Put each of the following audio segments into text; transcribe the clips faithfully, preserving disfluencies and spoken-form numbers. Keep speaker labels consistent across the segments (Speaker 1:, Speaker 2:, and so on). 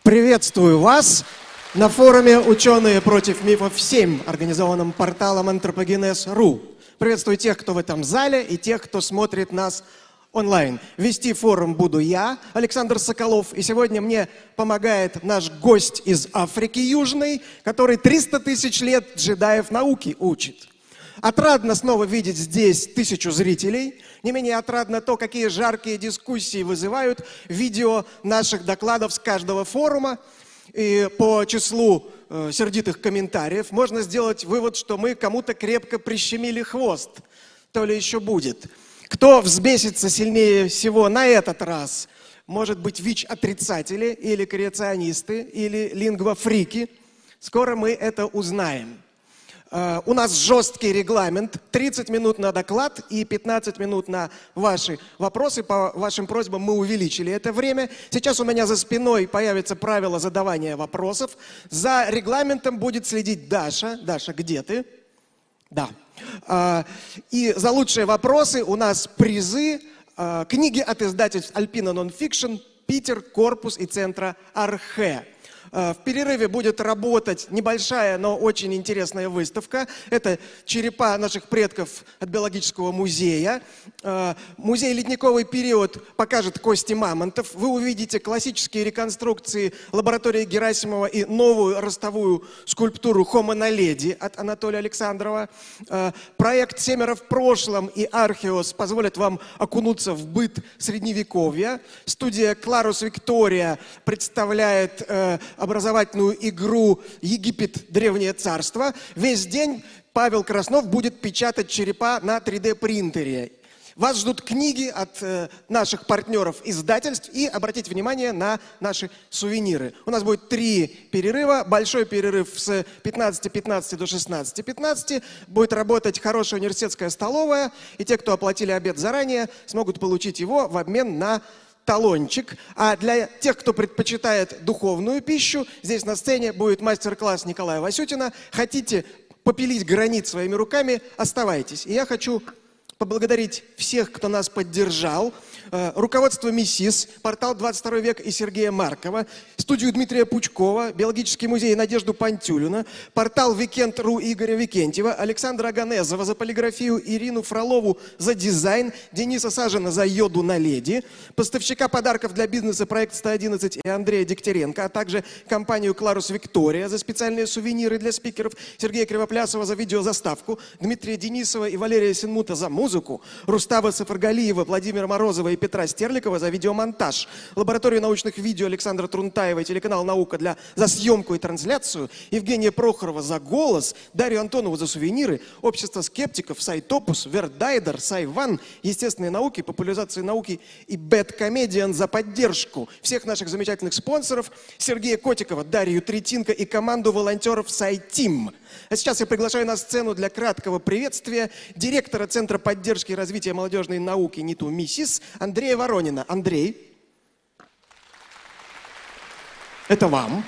Speaker 1: Приветствую вас на форуме «Ученые против мифов семь», организованном порталом антропогенез точка ру. Приветствую тех, кто в этом зале, и тех, кто смотрит нас онлайн. Вести форум буду я, Александр Соколов, и сегодня мне помогает наш гость из Африки Южной, который триста тысяч лет джедаев науки учит. Отрадно снова видеть здесь тысячу зрителей. Не менее отрадно то, какие жаркие дискуссии вызывают видео наших докладов с каждого форума. И по числу э, сердитых комментариев можно сделать вывод, что мы кому-то крепко прищемили хвост. То ли еще будет. Кто взбесится сильнее всего на этот раз? Может быть, ВИЧ-отрицатели, или креационисты, или лингвофрики. Скоро мы это узнаем. Uh, у нас жесткий регламент, тридцать минут на доклад и пятнадцать минут на ваши вопросы. По вашим просьбам мы увеличили это время. Сейчас у меня за спиной появится правило задавания вопросов. За регламентом будет следить Даша. Даша, где ты? Да. Uh, и за лучшие вопросы у нас призы, uh, книги от издательств Alpina Nonfiction, Питер, Корпус и Центра Архе. В перерыве будет работать небольшая, но очень интересная выставка. Это черепа наших предков от биологического музея. Музей «Ледниковый период» покажет кости мамонтов. Вы увидите классические реконструкции лаборатории Герасимова и новую ростовую скульптуру Homo naledi от Анатолия Александрова. Проект «Семеро в прошлом» и «Археос» позволят вам окунуться в быт Средневековья. Студия «Кларус Виктория» представляет образовательную игру «Египет. Древнее царство». Весь день Павел Краснов будет печатать черепа на три дэ принтере. Вас ждут книги от э, наших партнеров издательств и обратите внимание на наши сувениры. У нас будет три перерыва. Большой перерыв с пятнадцати пятнадцати до шестнадцати пятнадцати. Будет работать хорошая университетская столовая. И те, кто оплатили обед заранее, смогут получить его в обмен на талончик. А для тех, кто предпочитает духовную пищу, здесь на сцене будет мастер-класс Николая Васютина. Хотите попилить гранит своими руками, оставайтесь. И я хочу поблагодарить всех, кто нас поддержал. Руководство МИСИС, портал двадцать второй век и Сергея Маркова, студию Дмитрия Пучкова, биологический музей Надежду Пантюлина, портал Викенд точка ру Игоря Викентьева, Александра Аганезова за полиграфию, Ирину Фролову за дизайн, Дениса Сажина за йоду на леди, поставщика подарков для бизнеса проект сто одиннадцать и Андрея Дегтяренко, а также компанию Кларус Виктория за специальные сувениры для спикеров, Сергея Кривоплясова за видеозаставку, Дмитрия Денисова и Валерия Синмута за музыку, Рустава Сафаргалиева, Владимира Морозова и Петра Стерликова за видеомонтаж, лабораторию научных видео Александра Трунтаева и телеканал «Наука» для, за съемку и трансляцию, Евгения Прохорова за голос, Дарью Антонову за сувениры, общество скептиков, сайт Опус, Вердайдер, Сайван, естественные науки, популяризации науки и Бэткомедиан за поддержку всех наших замечательных спонсоров, Сергея Котикова, Дарью Третинко и команду волонтеров Сайтим. А сейчас я приглашаю на сцену для краткого приветствия директора Центра поддержки и развития молодежной науки НИТУ МИСИС Андрея Воронина. Андрей, это вам.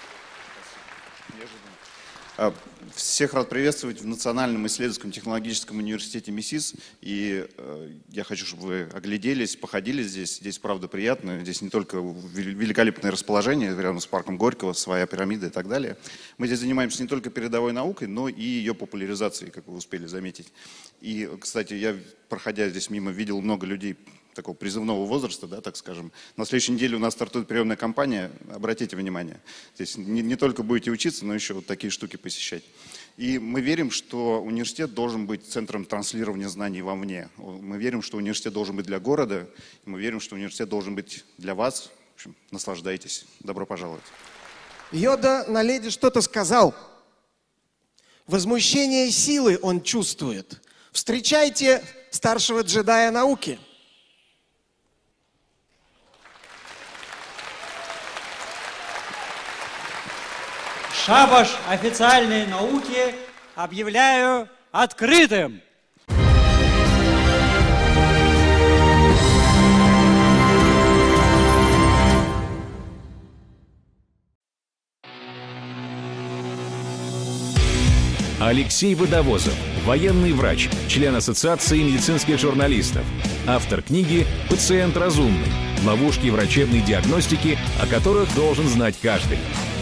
Speaker 2: Всех рад приветствовать в Национальном исследовательском технологическом университете МИСИС. И э, я хочу, чтобы вы огляделись, походили здесь. Здесь правда приятно. Здесь не только великолепное расположение рядом с парком Горького, своя пирамида и так далее. Мы здесь занимаемся не только передовой наукой, но и ее популяризацией, как вы успели заметить. И, кстати, я, проходя здесь мимо, видел много людей такого призывного возраста, да, так скажем. На следующей неделе у нас стартует приемная кампания. Обратите внимание. Здесь не, не только будете учиться, но еще вот такие штуки посещать. И мы верим, что университет должен быть центром транслирования знаний вовне. Мы верим, что университет должен быть для города. И мы верим, что университет должен быть для вас. В общем, наслаждайтесь. Добро пожаловать.
Speaker 1: Йода на леди что-то сказал. Возмущение силы он чувствует. Встречайте старшего джедая науки.
Speaker 3: Шабаш официальной науки объявляю открытым.
Speaker 4: Алексей Водовозов, военный врач, член Ассоциации медицинских журналистов, автор книги «Пациент разумный». Ловушки врачебной диагностики, о которых должен знать каждый.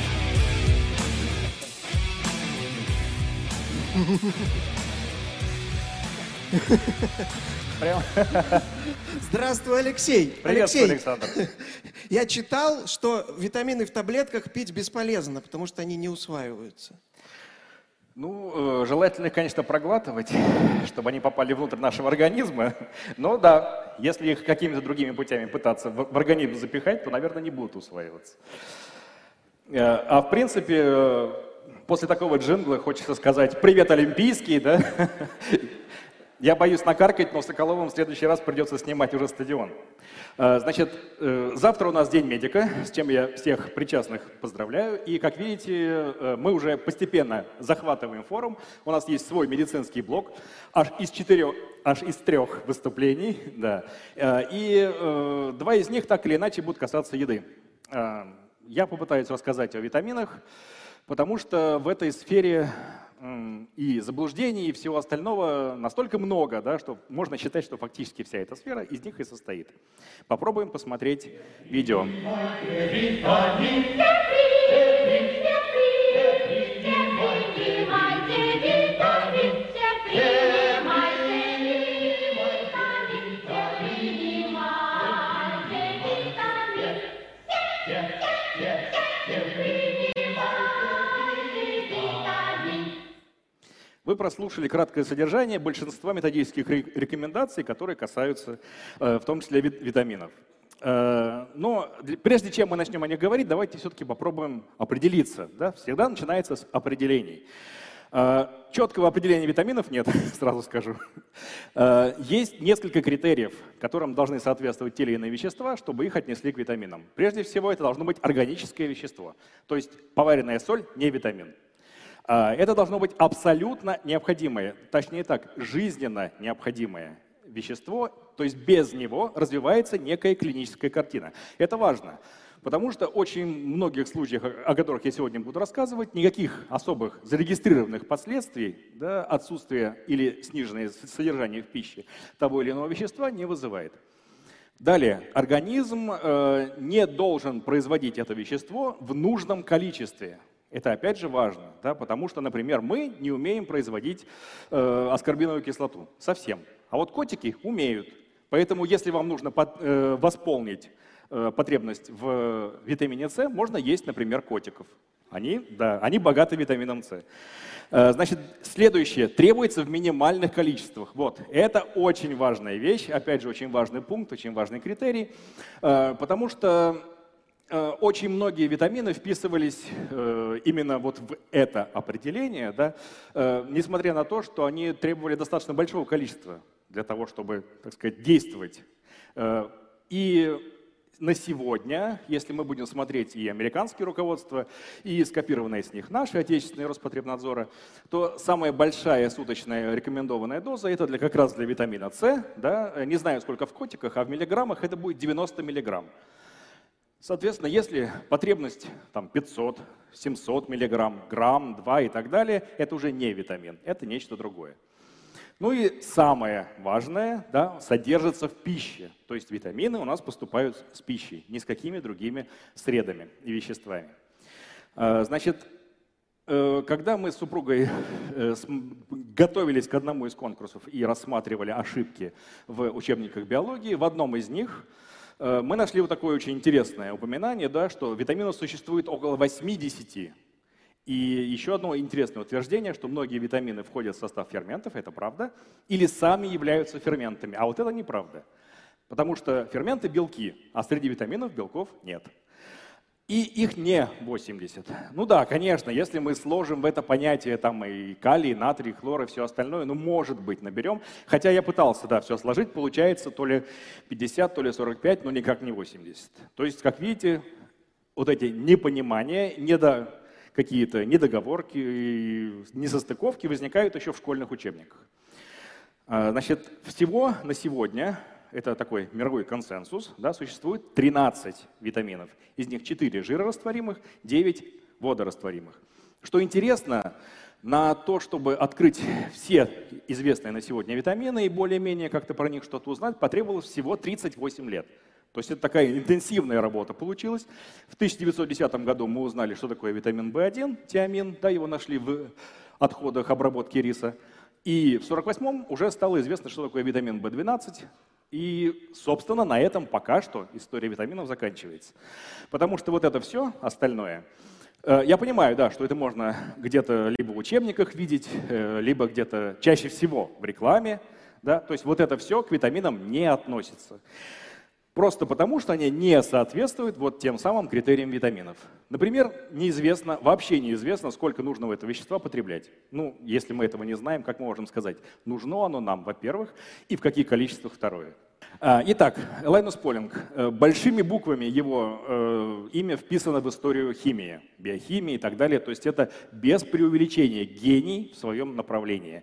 Speaker 5: Прям.
Speaker 1: Здравствуй, Алексей.
Speaker 5: Приветствую,
Speaker 1: Алексей,
Speaker 5: Александр.
Speaker 1: я читал, что витамины в таблетках пить бесполезно, потому что они не усваиваются.
Speaker 5: Ну, э, желательно их, конечно, проглатывать, чтобы они попали внутрь нашего организма. Но да, если их какими-то другими путями пытаться в, в организм запихать, то, наверное, не будут усваиваться. Э, а в принципе, э, после такого джингла хочется сказать «Привет, Олимпийский», да? Я боюсь накаркать, но Соколовым в следующий раз придется снимать уже стадион. Значит, завтра у нас День медика, с чем я всех причастных поздравляю. И, как видите, мы уже постепенно захватываем форум. У нас есть свой медицинский блок, аж из четырех, аж из трех выступлений. Да. И два из них так или иначе будут касаться еды. Я попытаюсь рассказать о витаминах, потому что в этой сфере и заблуждений, и всего остального настолько много, да, что можно считать, что фактически вся эта сфера из них и состоит. Попробуем посмотреть видео. Вы прослушали краткое содержание большинства методических рекомендаций, которые касаются в том числе витаминов. Но прежде чем мы начнем о них говорить, давайте все-таки попробуем определиться. Да? Всегда начинается с определений. Четкого определения витаминов нет, сразу скажу. Есть несколько критериев, которым должны соответствовать те или иные вещества, чтобы их отнесли к витаминам. Прежде всего, это должно быть органическое вещество, то есть поваренная соль не витамин. Это должно быть абсолютно необходимое, точнее так, жизненно необходимое вещество, то есть без него развивается некая клиническая картина. Это важно, потому что очень многих случаях, о которых я сегодня буду рассказывать, никаких особых зарегистрированных последствий, да, отсутствия или сниженное содержание в пище того или иного вещества не вызывает. Далее, организм э, не должен производить это вещество в нужном количестве. Это опять же важно, да, потому что, например, мы не умеем производить э, аскорбиновую кислоту совсем, а вот котики умеют. Поэтому, если вам нужно под, э, восполнить э, потребность в витамине С, можно есть, например, котиков. Они, да, они богаты витамином С. Э, значит, следующее. Требуется в минимальных количествах. Вот, это очень важная вещь, опять же, очень важный пункт, очень важный критерий, э, потому что очень многие витамины вписывались э, именно вот в это определение, да, э, несмотря на то, что они требовали достаточно большого количества для того, чтобы, так сказать, действовать. Э, и на сегодня, если мы будем смотреть и американские руководства, и скопированные с них наши, отечественные Роспотребнадзора, то самая большая суточная рекомендованная доза это для, как раз для витамина С, да, не знаю сколько в котиках, а в миллиграммах это будет девяносто миллиграмм. Соответственно, если потребность там, пятьсот, семьсот миллиграмм, грамм, два и так далее, это уже не витамин, это нечто другое. Ну и самое важное, да, содержится в пище. То есть витамины у нас поступают с пищей, ни с какими другими средами и веществами. Значит, когда мы с супругой готовились к одному из конкурсов и рассматривали ошибки в учебниках биологии, в одном из них мы нашли вот такое очень интересное упоминание, да, что витаминов существует около восьмидесяти. И еще одно интересное утверждение, что многие витамины входят в состав ферментов, это правда, или сами являются ферментами. А вот это неправда. Потому что ферменты – белки, а среди витаминов белков нет. И их не восемьдесят. Ну да, конечно, если мы сложим в это понятие там и калий, натрий, хлор и все остальное, ну может быть наберем. Хотя я пытался, да, все сложить, получается то ли пятьдесят, то ли сорок пять, но никак не восемьдесят. То есть, как видите, вот эти непонимания, недо, какие-то недоговорки, несостыковки возникают еще в школьных учебниках. Значит, всего на сегодня... Это такой мировой консенсус, да, существует тринадцать витаминов. Из них четыре жирорастворимых, девять водорастворимых. Что интересно, на то, чтобы открыть все известные на сегодня витамины и более-менее как-то про них что-то узнать, потребовалось всего тридцать восемь лет. То есть это такая интенсивная работа получилась. В тысяча девятьсот десятом году мы узнали, что такое витамин В один, тиамин, да, его нашли в отходах обработки риса. И в сорок восьмом уже стало известно, что такое витамин В двенадцать. И, собственно, на этом пока что история витаминов заканчивается. Потому что вот это все остальное, я понимаю, да, что это можно где-то либо в учебниках видеть, либо где-то чаще всего в рекламе, да, то есть вот это все к витаминам не относится. Просто потому, что они не соответствуют вот тем самым критериям витаминов. Например, неизвестно, вообще неизвестно, сколько нужного этого вещества потреблять. Ну, если мы этого не знаем, как мы можем сказать, нужно оно нам, во-первых, и в каких количествах, второе. Итак, Лайнус Полинг. Большими буквами его э, имя вписано в историю химии, биохимии и так далее. То есть это без преувеличения гений в своем направлении.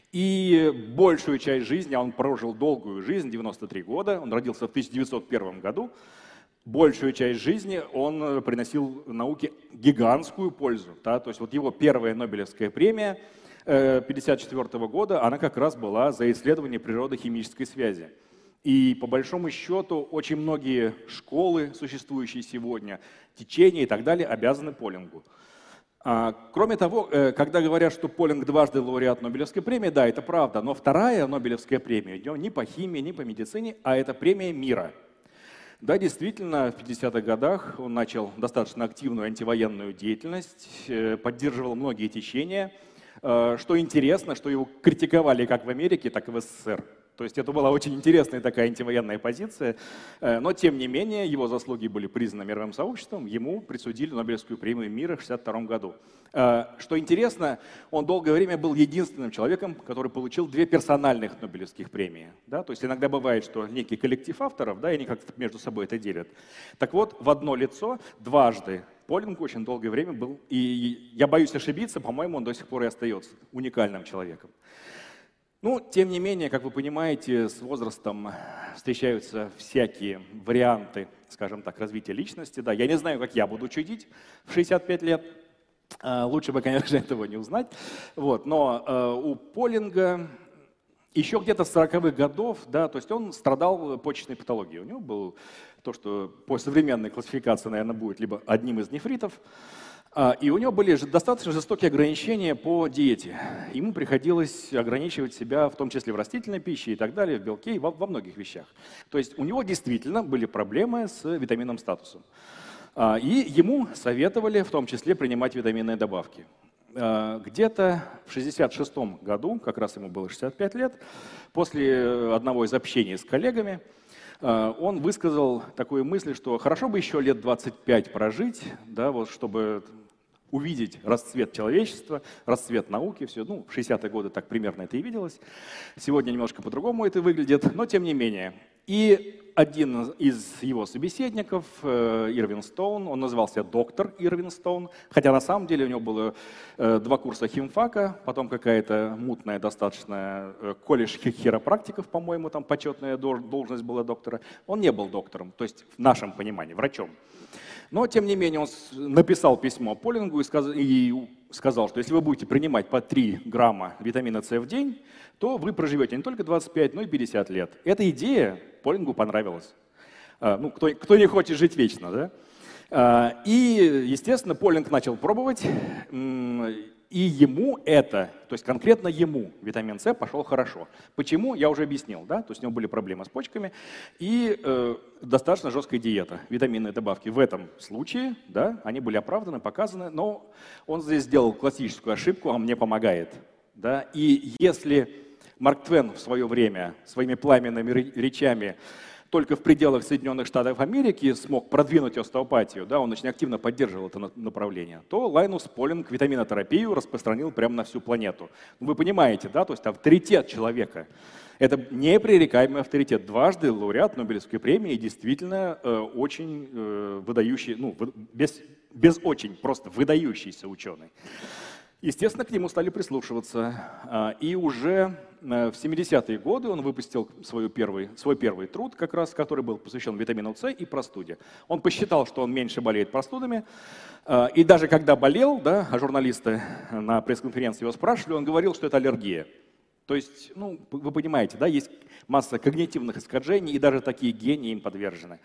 Speaker 5: И большую часть жизни, а он прожил долгую жизнь, девяносто три года, он родился в тысяча девятьсот первом году, большую часть жизни он приносил науке гигантскую пользу. Да? То есть вот его первая Нобелевская премия э, пятьдесят четвёртого года, она как раз была за исследование природы химической связи. И по большому счету очень многие школы, существующие сегодня, течения и так далее, обязаны Полингу. Кроме того, когда говорят, что Полинг дважды лауреат Нобелевской премии, да, это правда, но вторая Нобелевская премия идет не по химии, не по медицине, а это премия мира. Да, действительно, в пятидесятых годах он начал достаточно активную антивоенную деятельность, поддерживал многие течения. Что интересно, что его критиковали как в Америке, так и в СССР. То есть это была очень интересная такая антивоенная позиция, но тем не менее его заслуги были признаны мировым сообществом, ему присудили Нобелевскую премию мира в шестьдесят втором году. Что интересно, он долгое время был единственным человеком, который получил две персональных Нобелевских премии. Да? То есть иногда бывает, что некий коллектив авторов, да, и они как-то между собой это делят. Так вот, в одно лицо дважды Полинг очень долгое время был, и я боюсь ошибиться, по-моему, он до сих пор и остается уникальным человеком. Ну, тем не менее, как вы понимаете, с возрастом встречаются всякие варианты, скажем так, развития личности. Да, я не знаю, как я буду чудить в шестьдесят пять лет. Лучше бы, конечно, этого не узнать. Вот, но у Полинга еще где-то с сороковых годов, да, то есть он страдал почечной патологией. У него было то, что по современной классификации, наверное, будет либо одним из нефритов, и у него были достаточно жестокие ограничения по диете. Ему приходилось ограничивать себя, в том числе в растительной пище и так далее, в белке и во, во многих вещах. То есть у него действительно были проблемы с витаминным статусом. И ему советовали в том числе принимать витаминные добавки. Где-то в шестьдесят шестом году, как раз ему было шестьдесят пять лет, после одного из общений с коллегами, он высказал такую мысль, что хорошо бы еще лет двадцать пять прожить, да, вот, чтобы увидеть расцвет человечества, расцвет науки, все. Ну, в шестидесятые годы так примерно это и виделось. Сегодня немножко по-другому это выглядит, но тем не менее. И один из его собеседников, Ирвин Стоун, он назывался доктор Ирвин Стоун, хотя на самом деле у него было два курса химфака, потом какая-то мутная достаточно колледж хиропрактиков, по-моему, там почетная должность была доктора. Он не был доктором, то есть в нашем понимании, врачом. Но, тем не менее, он написал письмо Полингу и сказал, и сказал, что если вы будете принимать по три грамма витамина С в день, то вы проживете не только двадцать пять, но и пятьдесят лет. Эта идея Полингу понравилась. Ну, кто, кто не хочет жить вечно, да? И, естественно, Полинг начал пробовать, и ему это, то есть конкретно ему витамин С пошел хорошо. Почему? Я уже объяснил, да? То есть у него были проблемы с почками и э, достаточно жесткая диета, витаминные добавки. В этом случае, да, они были оправданы, показаны, но он здесь сделал классическую ошибку, а мне помогает, да? И если Марк Твен в свое время своими пламенными речами только в пределах Соединенных Штатов Америки смог продвинуть остеопатию, да, он очень активно поддерживал это направление, то Лайнус Полинг витаминотерапию распространил прямо на всю планету. Вы понимаете, да, то есть авторитет человека. Это непререкаемый авторитет. Дважды лауреат Нобелевской премии и действительно э, очень э, выдающий, ну, без, без очень, просто выдающийся ученый. Естественно, к нему стали прислушиваться. И уже в семидесятые годы он выпустил свой первый, свой первый труд, как раз, который был посвящен витамину С и простуде. Он посчитал, что он меньше болеет простудами. И даже когда болел, да, а журналисты на пресс-конференции его спрашивали, он говорил, что это аллергия. То есть, ну, вы понимаете, да, есть масса когнитивных искажений, и даже такие гении им подвержены.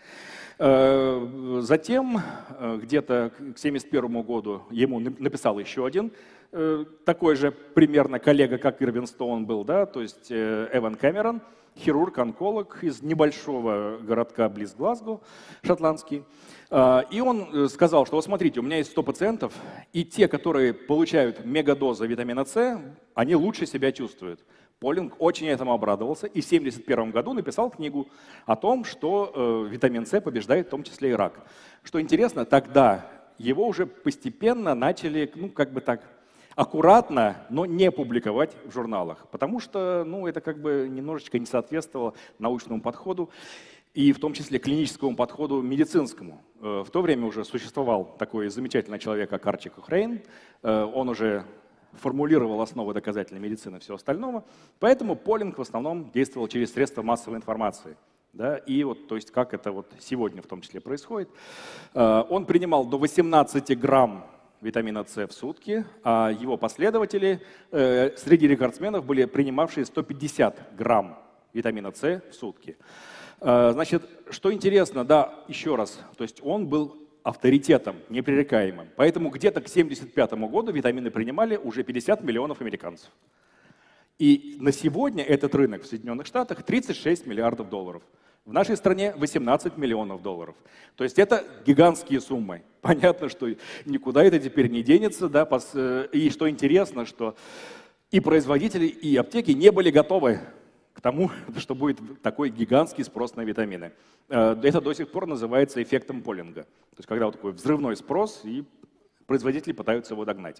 Speaker 5: Затем, где-то к семьдесят первому году, ему написал еще один такой же примерно коллега, как Ирвин Стоун был, да, то есть Эван Кэмерон, хирург-онколог из небольшого городка близ Глазго, шотландский. И он сказал, что вот смотрите, у меня есть сто пациентов, и те, которые получают мегадозы витамина С, они лучше себя чувствуют. Полинг очень этому обрадовался и в семьдесят первом году написал книгу о том, что э, витамин С побеждает в том числе и рак. Что интересно, тогда его уже постепенно начали, ну как бы так, аккуратно, но не публиковать в журналах, потому что ну, это как бы немножечко не соответствовало научному подходу и в том числе клиническому подходу медицинскому. В то время уже существовал такой замечательный человек, как Арчи Кохрейн, он уже формулировал основы доказательной медицины и всего остального, поэтому Полинг в основном действовал через средства массовой информации. Да, и вот, то есть, как это вот сегодня в том числе происходит. Он принимал до восемнадцати грамм витамина С в сутки, а его последователи э, среди рекордсменов были принимавшие сто пятьдесят грамм витамина С в сутки. Э, значит, что интересно, да, еще раз, то есть он был авторитетом, непререкаемым. Поэтому где-то к семьдесят пятому году витамины принимали уже пятьдесят миллионов американцев. И на сегодня этот рынок в Соединенных Штатах тридцать шесть миллиардов долларов. В нашей стране восемнадцать миллионов долларов. То есть это гигантские суммы. Понятно, что никуда это теперь не денется. Да, и что интересно, что и производители, и аптеки не были готовы к тому, что будет такой гигантский спрос на витамины. Это до сих пор называется эффектом Полинга. То есть когда вот такой взрывной спрос, и производители пытаются его догнать.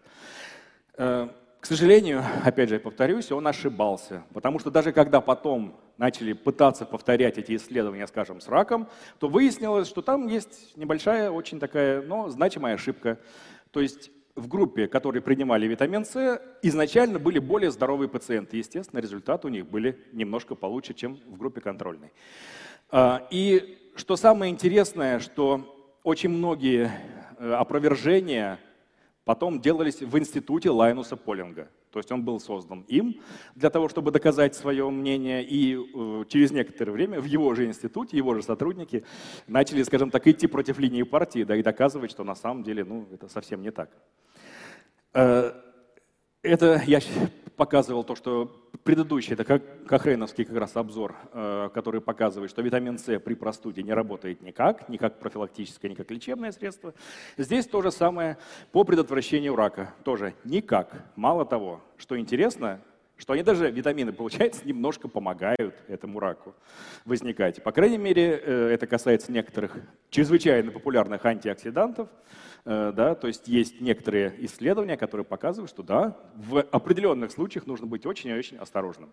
Speaker 5: К сожалению, опять же, я повторюсь, он ошибался, потому что даже когда потом начали пытаться повторять эти исследования, скажем, с раком, то выяснилось, что там есть небольшая, очень такая, но значимая ошибка. То есть в группе, которые принимали витамин С, изначально были более здоровые пациенты. Естественно, результаты у них были немножко получше, чем в группе контрольной. И что самое интересное, что очень многие опровержения потом делались в институте Лайнуса Полинга. То есть он был создан им для того, чтобы доказать свое мнение, и э, через некоторое время в его же институте, его же сотрудники начали, скажем так, идти против линии партии, да, и доказывать, что на самом деле ну, это совсем не так. Э, это я показывал то, что предыдущий, это как Кохрейновский как раз обзор, э, который показывает, что витамин С при простуде не работает никак, ни как профилактическое, ни как лечебное средство. Здесь то же самое по предотвращению рака. Тоже никак. Мало того, что интересно, что они даже, витамины, получается, немножко помогают этому раку возникать. По крайней мере, э, это касается некоторых чрезвычайно популярных антиоксидантов. Да, то есть есть некоторые исследования, которые показывают, что да, в определенных случаях нужно быть очень и очень осторожным.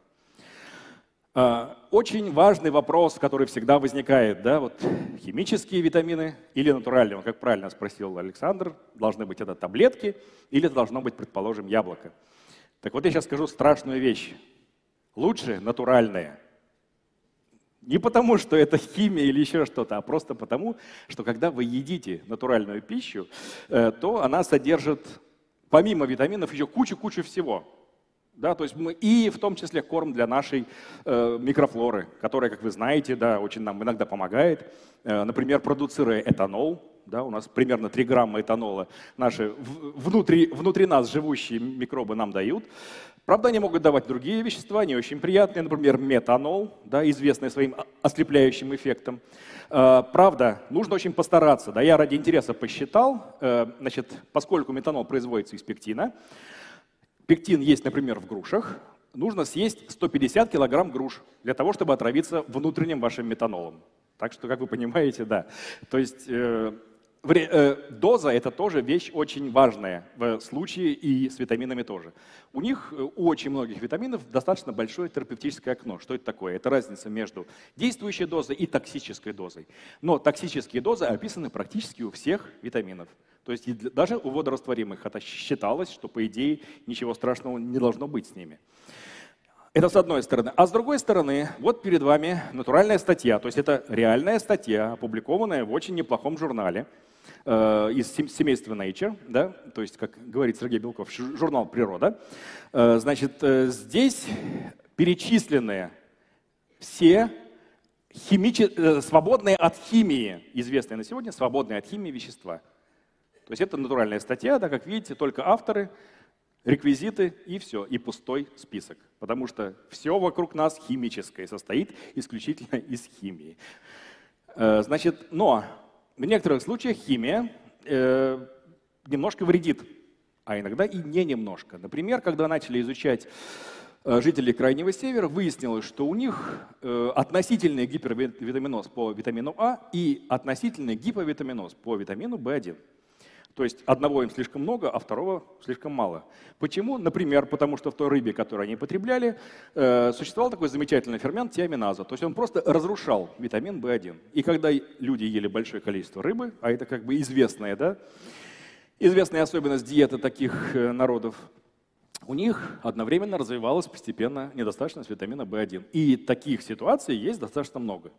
Speaker 5: Очень важный вопрос, который всегда возникает, да, вот химические витамины или натуральные, вот как правильно спросил Александр, должны быть это таблетки или это должно быть, предположим, яблоко. Так вот я сейчас скажу страшную вещь. Лучше натуральные. Не потому, что это химия или еще что-то, а просто потому, что когда вы едите натуральную пищу, то она содержит, помимо витаминов, еще кучу-кучу всего. Да, то есть мы, и в том числе корм для нашей э, микрофлоры, которая, как вы знаете, да, очень нам иногда помогает. Э, например, продуцируя этанол, да, у нас примерно три грамма этанола наши внутри, внутри нас живущие микробы нам дают. Правда, они могут давать другие вещества, не очень приятные, например, метанол, да, известный своим ослепляющим эффектом. Э, правда, нужно очень постараться. Да, я ради интереса посчитал, э, значит, поскольку метанол производится из пектина, пектин есть, например, в грушах, нужно съесть сто пятьдесят килограмм груш для того, чтобы отравиться внутренним вашим метанолом. Так что, как вы понимаете, да. То есть э, э, доза – это тоже вещь очень важная в случае и с витаминами тоже. У них, у очень многих витаминов, достаточно большое терапевтическое окно. Что это такое? Это разница между действующей дозой и токсической дозой. Но токсические дозы описаны практически у всех витаминов. То есть даже у водорастворимых это считалось, что, по идее, ничего страшного не должно быть с ними. Это с одной стороны. А с другой стороны, вот перед вами натуральная статья. То есть это реальная статья, опубликованная в очень неплохом журнале э, из семейства Nature, да? То есть, как говорит Сергей Белков, журнал «Природа». Э, значит, э, здесь перечислены все химичи... свободные от химии, известные на сегодня, свободные от химии вещества. То есть это натуральная статья, да, как видите, только авторы, реквизиты и все, и пустой список. Потому что все вокруг нас химическое, состоит исключительно из химии. Значит, но в некоторых случаях химия э, немножко вредит, а иногда и не немножко. Например, когда начали изучать э, жителей Крайнего Севера, выяснилось, что у них э, относительный гипервитаминоз по витамину А и относительный гиповитаминоз по витамину В один. То есть одного им слишком много, а второго слишком мало. Почему? Например, потому что в той рыбе, которую они потребляли, э, существовал такой замечательный фермент тиаминаза. То есть он просто разрушал витамин В один. И когда люди ели большое количество рыбы, а это как бы известная, да, известная особенность диеты таких э, народов, у них одновременно развивалась постепенно недостаточность витамина В один. И таких ситуаций есть достаточно много.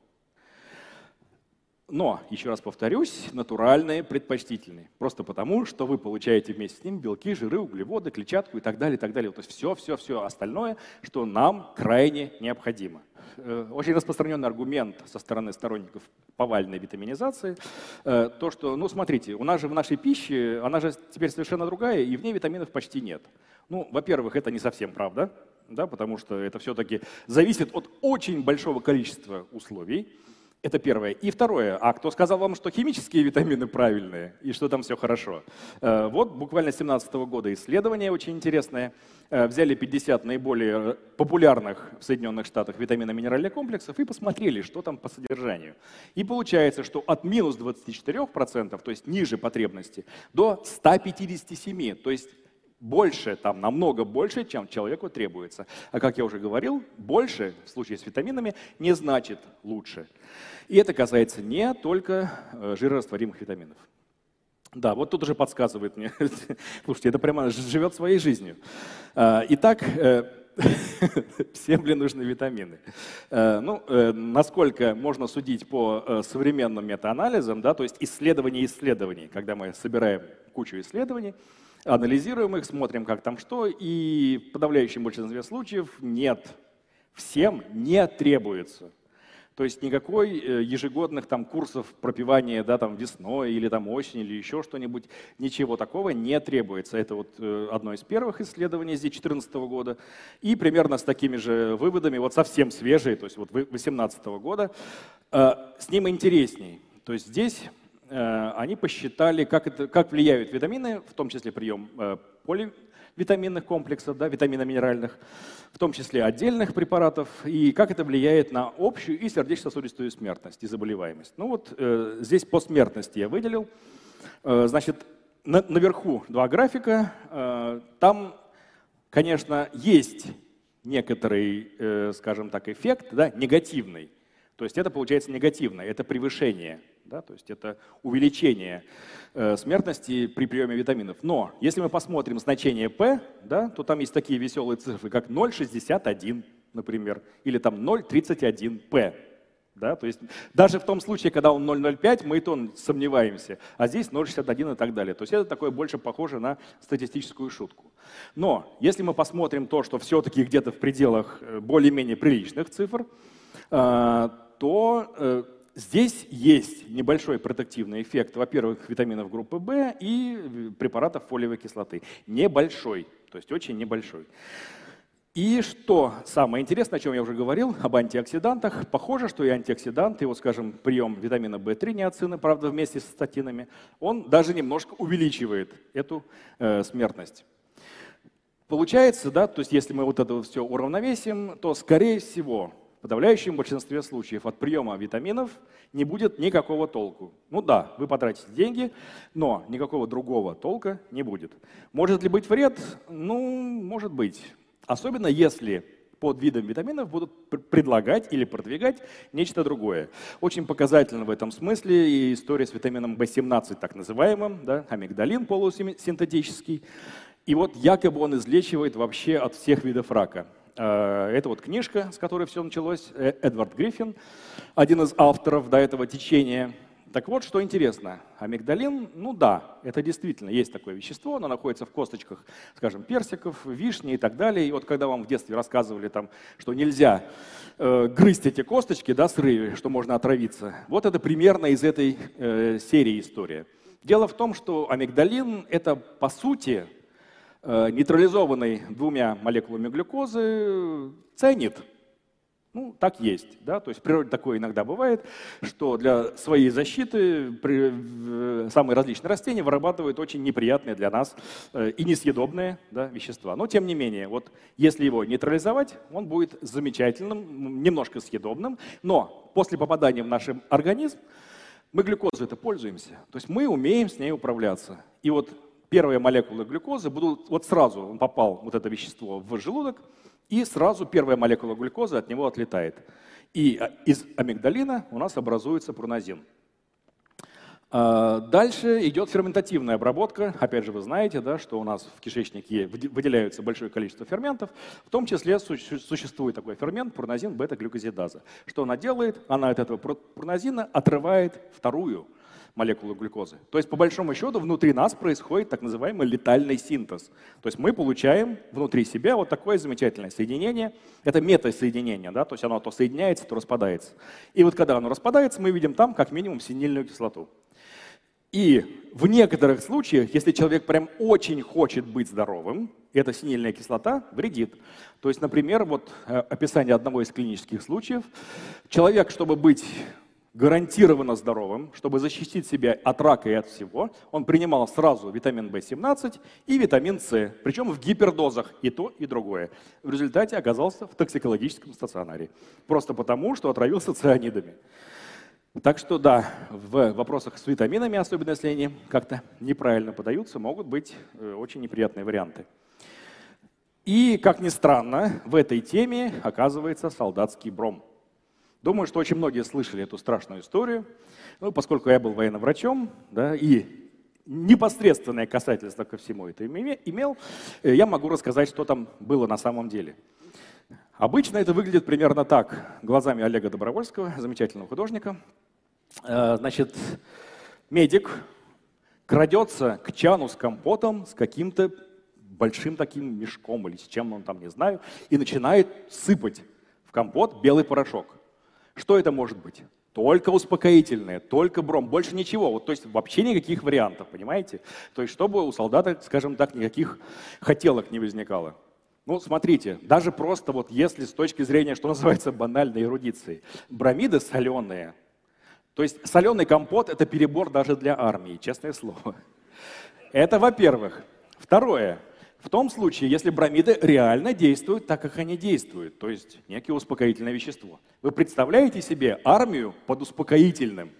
Speaker 5: Но, еще раз повторюсь, натуральные предпочтительные. Просто потому, что вы получаете вместе с ним белки, жиры, углеводы, клетчатку и так далее, и так далее. То есть все, все, все остальное, что нам крайне необходимо. Очень распространенный аргумент со стороны сторонников повальной витаминизации, то, что, ну смотрите, у нас же в нашей пище, она же теперь совершенно другая, и в ней витаминов почти нет. Ну, во-первых, это не совсем правда, да, потому что это все-таки зависит от очень большого количества условий. Это первое. И второе. А кто сказал вам, что химические витамины правильные и что там все хорошо? Вот буквально с две тысячи семнадцатого года исследование очень интересное. Взяли пятьдесят наиболее популярных в Соединенных Штатах витаминно-минеральных комплексов и посмотрели, что там по содержанию. И получается, что от минус двадцати четырёх процентов, то есть ниже потребности, до ста пятидесяти семи процентов, то есть больше, там намного больше, чем человеку требуется. А как я уже говорил, больше в случае с витаминами не значит лучше. И это касается не только жирорастворимых витаминов. Да, вот тут уже подсказывает мне. Слушайте, это прямо живет своей жизнью. Итак, всем ли нужны витамины? Ну, насколько можно судить по современным метаанализам, да, то есть исследования исследований, когда мы собираем кучу исследований, анализируем их, смотрим, как там что, и в подавляющем большинстве случаев нет, всем не требуется. То есть никакой ежегодных там курсов пропивания, да, там весной или там осенью или еще что-нибудь, ничего такого не требуется. Это вот одно из первых исследований с две тысячи четырнадцатого года. И примерно с такими же выводами, вот совсем свежие, то есть вот две тысячи восемнадцатого года, с ним интересней. То есть здесь они посчитали, как, это, как влияют витамины, в том числе прием поливитаминных комплексов, да, витаминно-минеральных, в том числе отдельных препаратов, и как это влияет на общую и сердечно-сосудистую смертность и заболеваемость. Ну вот э, здесь по смертности я выделил. Э, значит, на, наверху два графика. Э, там, конечно, есть некоторый, э, скажем так, эффект, да, негативный. То есть это получается негативное, это превышение, да, то есть это увеличение э, смертности при приеме витаминов. Но если мы посмотрим значение P, да, то там есть такие веселые цифры, как ноль целых шестьдесят один, например, или там ноль целых тридцать один P. Да, то есть даже в том случае, когда он ноль целых ноль пять, мы и то сомневаемся, а здесь ноль целых шестьдесят один и так далее. То есть это такое больше похоже на статистическую шутку. Но если мы посмотрим то, что все-таки где-то в пределах более-менее приличных цифр, э, то э, здесь есть небольшой протективный эффект, во-первых, витаминов группы В и препаратов фолиевой кислоты. Небольшой, то есть очень небольшой. И что самое интересное, о чем я уже говорил, об антиоксидантах. Похоже, что и антиоксиданты, вот, скажем, прием витамина В три, ниацина, правда, вместе с статинами, он даже немножко увеличивает эту э, смертность. Получается, да, то есть если мы вот это все уравновесим, то, скорее всего, в подавляющем большинстве случаев от приема витаминов не будет никакого толку. Ну да, вы потратите деньги, но никакого другого толка не будет. Может ли быть вред? Ну, может быть. Особенно если под видом витаминов будут предлагать или продвигать нечто другое. Очень показательно в этом смысле и история с витамином В семнадцать, так называемым, да, амигдалин полусинтетический. И вот якобы он излечивает вообще от всех видов рака. Это вот книжка, с которой все началось, Эдвард Гриффин, один из авторов до этого течения. Так вот, что интересно, амигдалин, ну да, это действительно есть такое вещество, оно находится в косточках, скажем, персиков, вишни и так далее. И вот когда вам в детстве рассказывали, там, что нельзя э, грызть эти косточки, да, сырые, что можно отравиться, вот это примерно из этой э, серии история. Дело в том, что амигдалин — это, по сути, э, нейтрализованный двумя молекулами глюкозы цианид. Ну, так есть, да, то есть в природе такое иногда бывает, что для своей защиты при, самые различные растения вырабатывают очень неприятные для нас э, и несъедобные, да, вещества. Но тем не менее, вот если его нейтрализовать, он будет замечательным, немножко съедобным, но после попадания в наш организм мы глюкозой это пользуемся, то есть мы умеем с ней управляться. И вот первые молекулы глюкозы будут, вот сразу он попал, вот это вещество, в желудок, и сразу первая молекула глюкозы от него отлетает. И из амигдалина у нас образуется пронозин. Дальше идет ферментативная обработка. Опять же, вы знаете, да, что у нас в кишечнике выделяется большое количество ферментов. В том числе существует такой фермент пронозин бета-глюкозидаза. Что она делает? Она от этого пронозина отрывает вторую молекулы глюкозы. То есть, по большому счету, внутри нас происходит так называемый летальный синтез. То есть мы получаем внутри себя вот такое замечательное соединение. Это метасоединение, да? То есть оно то соединяется, то распадается. И вот когда оно распадается, мы видим там как минимум синильную кислоту. И в некоторых случаях, если человек прям очень хочет быть здоровым, эта синильная кислота вредит. То есть, например, вот описание одного из клинических случаев. Человек, чтобы быть гарантированно здоровым, чтобы защитить себя от рака и от всего, он принимал сразу витамин бэ семнадцать и витамин С, причем в гипердозах, и то, и другое. В результате оказался в токсикологическом стационаре. Просто потому, что отравился цианидами. Так что да, в вопросах с витаминами, особенно если они как-то неправильно подаются, могут быть очень неприятные варианты. И, как ни странно, в этой теме оказывается солдатский бром. Думаю, что очень многие слышали эту страшную историю. Ну, поскольку я был военным врачом, да, и непосредственное касательство ко всему это имел, я могу рассказать, что там было на самом деле. Обычно это выглядит примерно так, глазами Олега Добровольского, замечательного художника. Значит, медик крадется к чану с компотом, с каким-то большим таким мешком или с чем он там, не знаю, и начинает сыпать в компот белый порошок. Что это может быть? Только успокоительное, только бром, больше ничего. Вот, то есть вообще никаких вариантов, понимаете? То есть чтобы у солдата, скажем так, никаких хотелок не возникало. Ну, смотрите, даже просто вот если с точки зрения, что называется, банальной эрудиции, бромиды соленые, то есть соленый компот — это перебор даже для армии, честное слово. Это во-первых. Второе. В том случае, если бромиды реально действуют так, как они действуют, то есть некое успокоительное вещество. Вы представляете себе армию под успокоительным?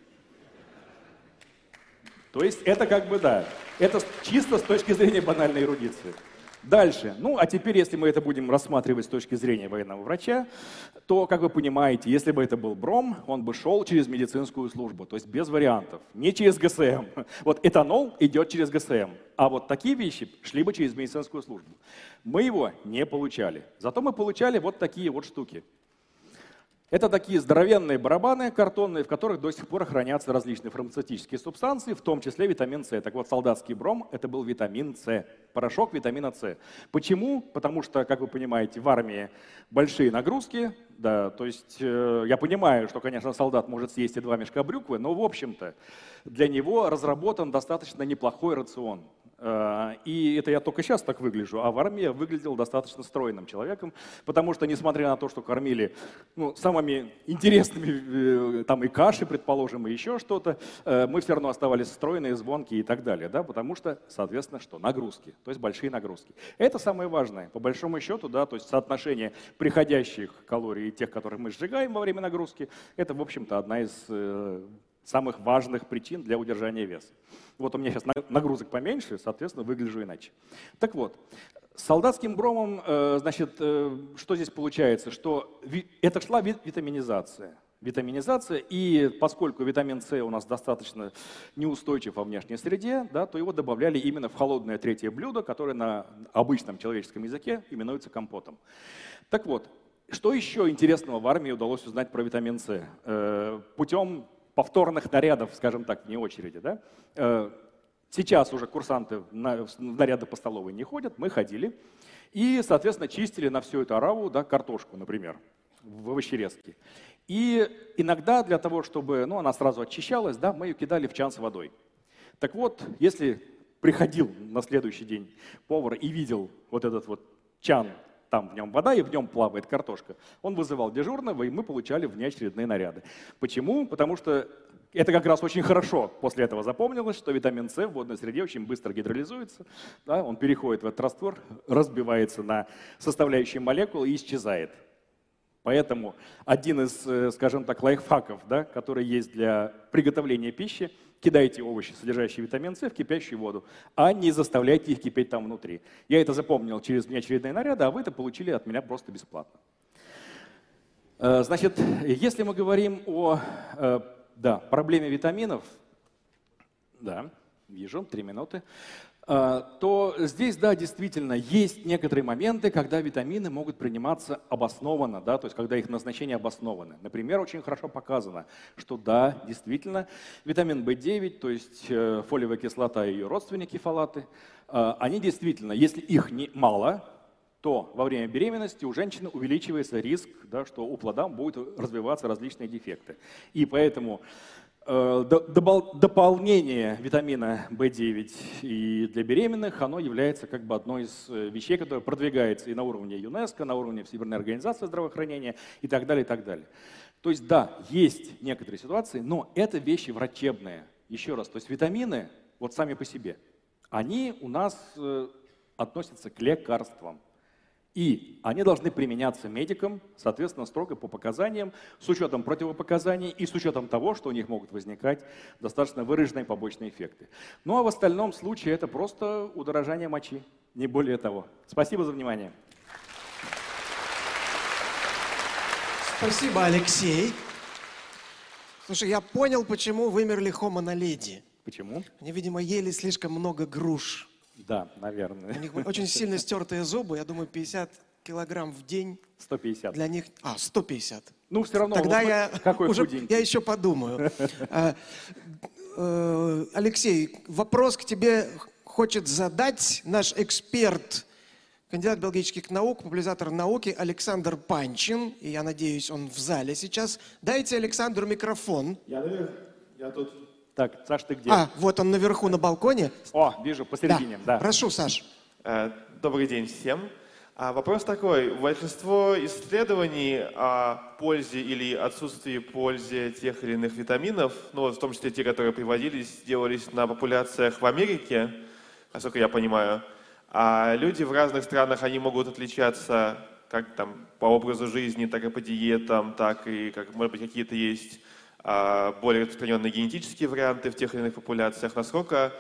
Speaker 5: То есть это как бы, да, это чисто с точки зрения банальной эрудиции. Дальше. Ну, а теперь, если мы это будем рассматривать с точки зрения военного врача, то, как вы понимаете, если бы это был бром, он бы шел через медицинскую службу, то есть без вариантов, не через гэ эс эм. Вот этанол идет через гэ эс эм, а вот такие вещи шли бы через медицинскую службу. Мы его не получали. Зато мы получали вот такие вот штуки. Это такие здоровенные барабаны картонные, в которых до сих пор хранятся различные фармацевтические субстанции, в том числе витамин С. Так вот, солдатский бром — это был витамин С, порошок витамина С. Почему? Потому что, как вы понимаете, в армии большие нагрузки. Да, то есть э, я понимаю, что, конечно, солдат может съесть и два мешка брюквы, но, в общем-то, для него разработан достаточно неплохой рацион. И это я только сейчас так выгляжу, а в армии я выглядел достаточно стройным человеком, потому что, несмотря на то, что кормили ну, самыми интересными, там и каши, предположим, и еще что-то, мы все равно оставались стройные, звонкие и так далее, да, потому что, соответственно, что? Нагрузки, то есть большие нагрузки. Это самое важное, по большому счету, да, то есть соотношение приходящих калорий и тех, которые мы сжигаем во время нагрузки, это, в общем-то, одна из самых важных причин для удержания веса. Вот у меня сейчас нагрузок поменьше, соответственно, выгляжу иначе. Так вот, с солдатским бромом, значит, что здесь получается? Что это шла витаминизация. Витаминизация, и поскольку витамин С у нас достаточно неустойчив во внешней среде, да, то его добавляли именно в холодное третье блюдо, которое на обычном человеческом языке именуется компотом. Так вот, что еще интересного в армии удалось узнать про витамин С? Путем повторных нарядов, скажем так, вне очереди. Да? Э, сейчас уже курсанты на, в наряды по столовой не ходят, мы ходили. И, соответственно, чистили на всю эту ораву, да, картошку, например, в овощерезке. И иногда для того, чтобы ну, она сразу очищалась, да, мы ее кидали в чан с водой. Так вот, если приходил на следующий день повар и видел вот этот вот чан, там в нем вода и в нем плавает картошка, он вызывал дежурного, и мы получали внеочередные наряды. Почему? Потому что это как раз очень хорошо после этого запомнилось, что витамин С в водной среде очень быстро гидролизуется, да, он переходит в этот раствор, разбивается на составляющие молекулы и исчезает. Поэтому один из, скажем так, лайфхаков, да, который есть для приготовления пищи, кидайте овощи, содержащие витамин С, в кипящую воду, а не заставляйте их кипеть там внутри. Я это запомнил через внеочередные наряды, а вы это получили от меня просто бесплатно. Значит, если мы говорим о да, проблеме витаминов, да, вижу, три минуты, то здесь, да, действительно, есть некоторые моменты, когда витамины могут приниматься обоснованно, да, то есть когда их назначение обосновано. Например, очень хорошо показано, что да, действительно, витамин В девять, то есть фолиевая кислота и ее родственники фолаты, они действительно, если их не мало, то во время беременности у женщины увеличивается риск, да, что у плода будут развиваться различные дефекты. И поэтому э, до, дополнение витамина В девять и для беременных, оно является как бы одной из вещей, которая продвигается и на уровне ЮНЕСКО, на уровне Всемирной организации здравоохранения и так далее, и так далее. То есть да, есть некоторые ситуации, но это вещи врачебные. Еще раз, то есть витамины вот сами по себе, они у нас э, относятся к лекарствам. И они должны применяться медикам, соответственно, строго по показаниям, с учетом противопоказаний и с учетом того, что у них могут возникать достаточно выраженные побочные эффекты. Ну а в остальном случае это просто удорожание мочи, не более того. Спасибо за внимание.
Speaker 1: Спасибо, Алексей. Слушай, я понял, почему вымерли хомо наледи.
Speaker 5: Почему?
Speaker 1: Они, видимо, ели слишком много груш.
Speaker 5: Да, наверное.
Speaker 1: У них очень сильно стертые зубы, я думаю, пятьдесят килограмм в день.
Speaker 5: сто пятьдесят.
Speaker 1: Для них... А, сто пятьдесят.
Speaker 5: Ну, все равно.
Speaker 1: Тогда
Speaker 5: вот
Speaker 1: я,
Speaker 5: какой
Speaker 1: уже,
Speaker 5: худенький.
Speaker 1: я еще подумаю. Алексей, вопрос к тебе хочет задать наш эксперт, кандидат биологических наук, популяризатор науки Александр Панчин. И я надеюсь, он в зале сейчас. Дайте Александру микрофон.
Speaker 6: Я наверх, я тут.
Speaker 5: Так, Саш, ты где?
Speaker 1: А, вот он наверху на балконе.
Speaker 5: О, вижу, посередине.
Speaker 1: Да.
Speaker 5: Да.
Speaker 1: Прошу, Саш.
Speaker 6: Добрый день всем. Вопрос такой. Большинство исследований о пользе или отсутствии пользы тех или иных витаминов, ну, в том числе те, которые приводились, делались на популяциях в Америке, насколько я понимаю. А люди в разных странах, они могут отличаться как там по образу жизни, так и по диетам, так и, как, может быть, какие-то есть более распространенные генетические варианты в тех или иных популяциях. Насколько,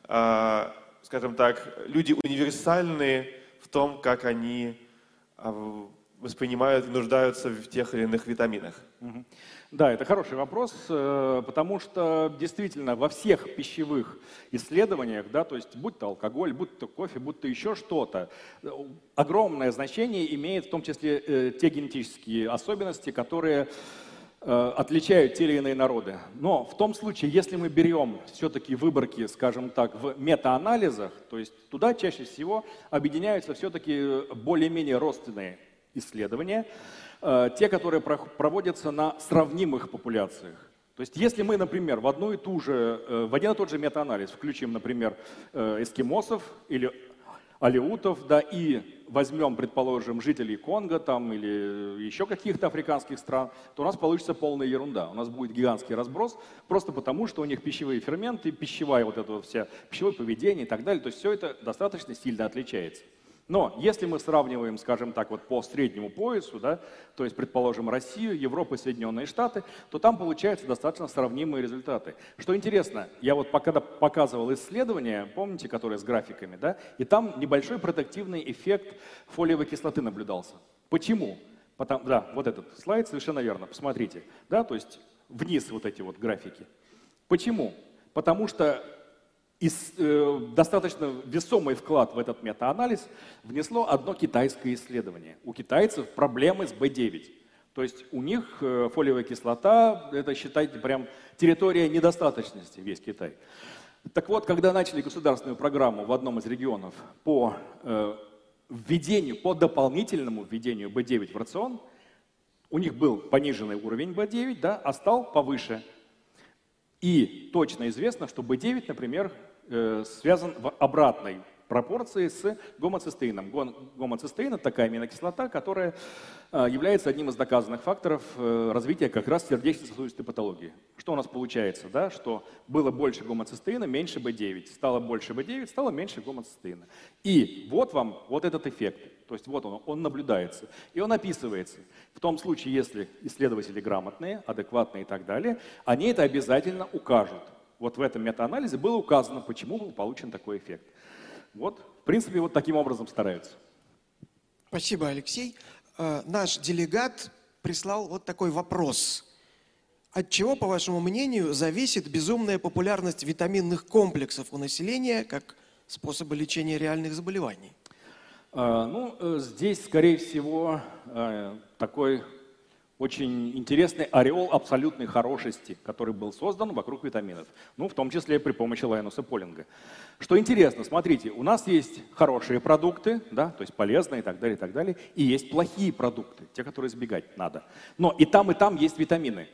Speaker 6: скажем так, люди универсальны в том, как они воспринимают и нуждаются в тех или иных витаминах?
Speaker 5: Да, это хороший вопрос, потому что действительно во всех пищевых исследованиях, да, то есть будь то алкоголь, будь то кофе, будь то еще что-то, огромное значение имеет в том числе те генетические особенности, которые отличают те или иные народы. Но в том случае, если мы берем все-таки выборки, скажем так, в метаанализах, то есть туда чаще всего объединяются все-таки более-менее родственные исследования, те, которые проводятся на сравнимых популяциях. То есть если мы, например, в одну и ту же, в один и тот же метаанализ включим, например, эскимосов или алеутов, да, и возьмем, предположим, жителей Конго там, или еще каких-то африканских стран, то у нас получится полная ерунда. У нас будет гигантский разброс, просто потому, что у них пищевые ферменты, пищевая вот это вот вся, пищевое поведение и так далее, то есть все это достаточно сильно отличается. Но если мы сравниваем, скажем так, вот по среднему поясу, да, то есть, предположим, Россию, Европу и Соединенные Штаты, то там получаются достаточно сравнимые результаты. Что интересно, я вот пока показывал исследования, помните, которые с графиками, да, и там небольшой протективный эффект фолиевой кислоты наблюдался. Почему? Потому, да, вот этот слайд совершенно верно, посмотрите, да, то есть вниз вот эти вот графики. Почему? Потому что И э, достаточно весомый вклад в этот метаанализ внесло одно китайское исследование. У китайцев проблемы с бэ девять. То есть у них фолиевая кислота, это, считайте, прям территория недостаточности, весь Китай. Так вот, когда начали государственную программу в одном из регионов по э, введению, по дополнительному введению бэ девять в рацион, у них был пониженный уровень бэ девять, да, а стал повыше. И точно известно, что бэ девять, например, э, связан в обратной пропорции с гомоцистеином. Гомоцистеин – это такая аминокислота, которая является одним из доказанных факторов развития как раз сердечно-сосудистой патологии. Что у нас получается? Да? Что было больше гомоцистеина, меньше бэ девять. Стало больше бэ девять, стало меньше гомоцистеина. И вот вам вот этот эффект. То есть вот он, он наблюдается. И он описывается. В том случае, если исследователи грамотные, адекватные и так далее, они это обязательно укажут. Вот в этом метаанализе было указано, почему был получен такой эффект. Вот, в принципе, вот таким образом стараются.
Speaker 1: Спасибо, Алексей. Э, наш делегат прислал вот такой вопрос. От чего, по вашему мнению, зависит безумная популярность витаминных комплексов у населения как способа лечения реальных заболеваний?
Speaker 5: Э, ну, э, здесь, скорее всего, э, такой очень интересный ореол абсолютной хорошести, который был создан вокруг витаминов. Ну, в том числе при помощи Лайнуса Полинга. Что интересно, смотрите, у нас есть хорошие продукты, да, то есть полезные и так далее, и так далее, и есть плохие продукты, те, которые избегать надо. Но и там, и там есть витамины.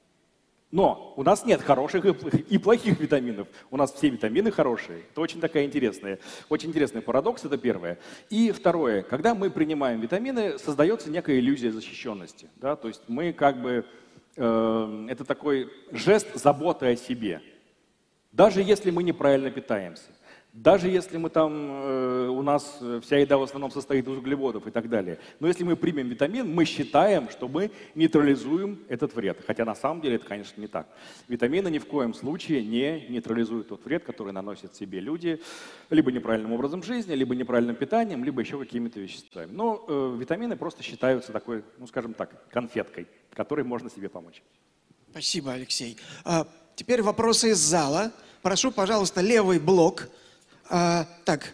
Speaker 5: Но у нас нет хороших и плохих витаминов. У нас все витамины хорошие. Это очень такая интересная, очень интересный парадокс, это первое. И второе, когда мы принимаем витамины, создается некая иллюзия защищенности. Да? То есть мы как бы, э, это такой жест заботы о себе. Даже если мы неправильно питаемся. Даже если мы там, э, у нас вся еда в основном состоит из углеводов и так далее. Но если мы примем витамин, мы считаем, что мы нейтрализуем этот вред. Хотя на самом деле это, конечно, не так. Витамины ни в коем случае не нейтрализуют тот вред, который наносят себе люди либо неправильным образом жизни, либо неправильным питанием, либо еще какими-то веществами. Но э, витамины просто считаются такой, ну скажем так, конфеткой, которой можно себе помочь.
Speaker 1: Спасибо, Алексей. А, теперь вопросы из зала. Прошу, пожалуйста, левый блок. А, так.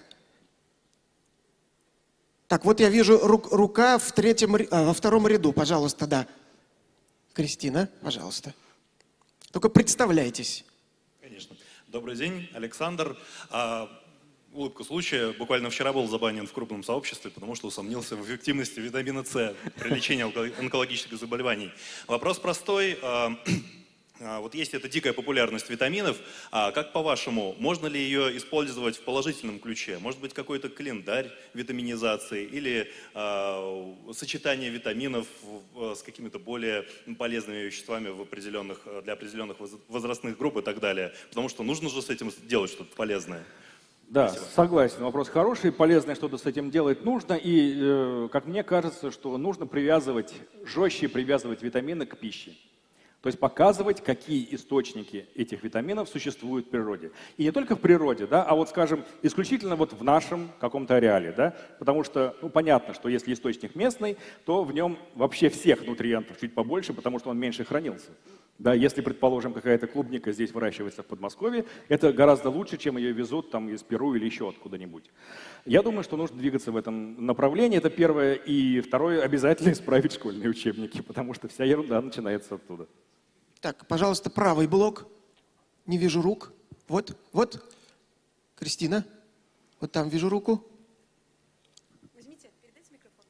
Speaker 1: Так, вот я вижу ру- рука в третьем, ре- а, во втором ряду, пожалуйста, да. Кристина, пожалуйста. Только представляйтесь.
Speaker 7: Конечно. Добрый день, Александр. А, улыбка случая. Буквально вчера был забанен в крупном сообществе, потому что усомнился в эффективности витамина С при лечении онкологических заболеваний. Вопрос простой. А, Вот есть эта дикая популярность витаминов. А как по-вашему, можно ли ее использовать в положительном ключе? Может быть, какой-то календарь витаминизации или э, сочетание витаминов с какими-то более полезными веществами в определенных, для определенных возрастных групп и так далее? Потому что нужно же с этим делать что-то полезное.
Speaker 5: Да,
Speaker 7: Спасибо.
Speaker 5: Согласен. Вопрос хороший, полезное что-то с этим делать нужно. И, э, как мне кажется, что нужно привязывать, жестче привязывать витамины к пище. То есть показывать, какие источники этих витаминов существуют в природе. И не только в природе, да, а вот, скажем, исключительно вот в нашем каком-то ареале. Да, потому что, ну, понятно, что если источник местный, то в нем вообще всех нутриентов чуть побольше, потому что он меньше хранился. Да, если, предположим, какая-то клубника здесь выращивается в Подмосковье, это гораздо лучше, чем ее везут там из Перу или еще откуда-нибудь. Я думаю, что нужно двигаться в этом направлении, это первое. И второе, обязательно исправить школьные учебники, потому что вся ерунда начинается оттуда.
Speaker 1: Так, пожалуйста, правый блок. Не вижу рук. Вот, вот. Кристина. Вот там вижу руку.
Speaker 8: Возьмите, передайте микрофон.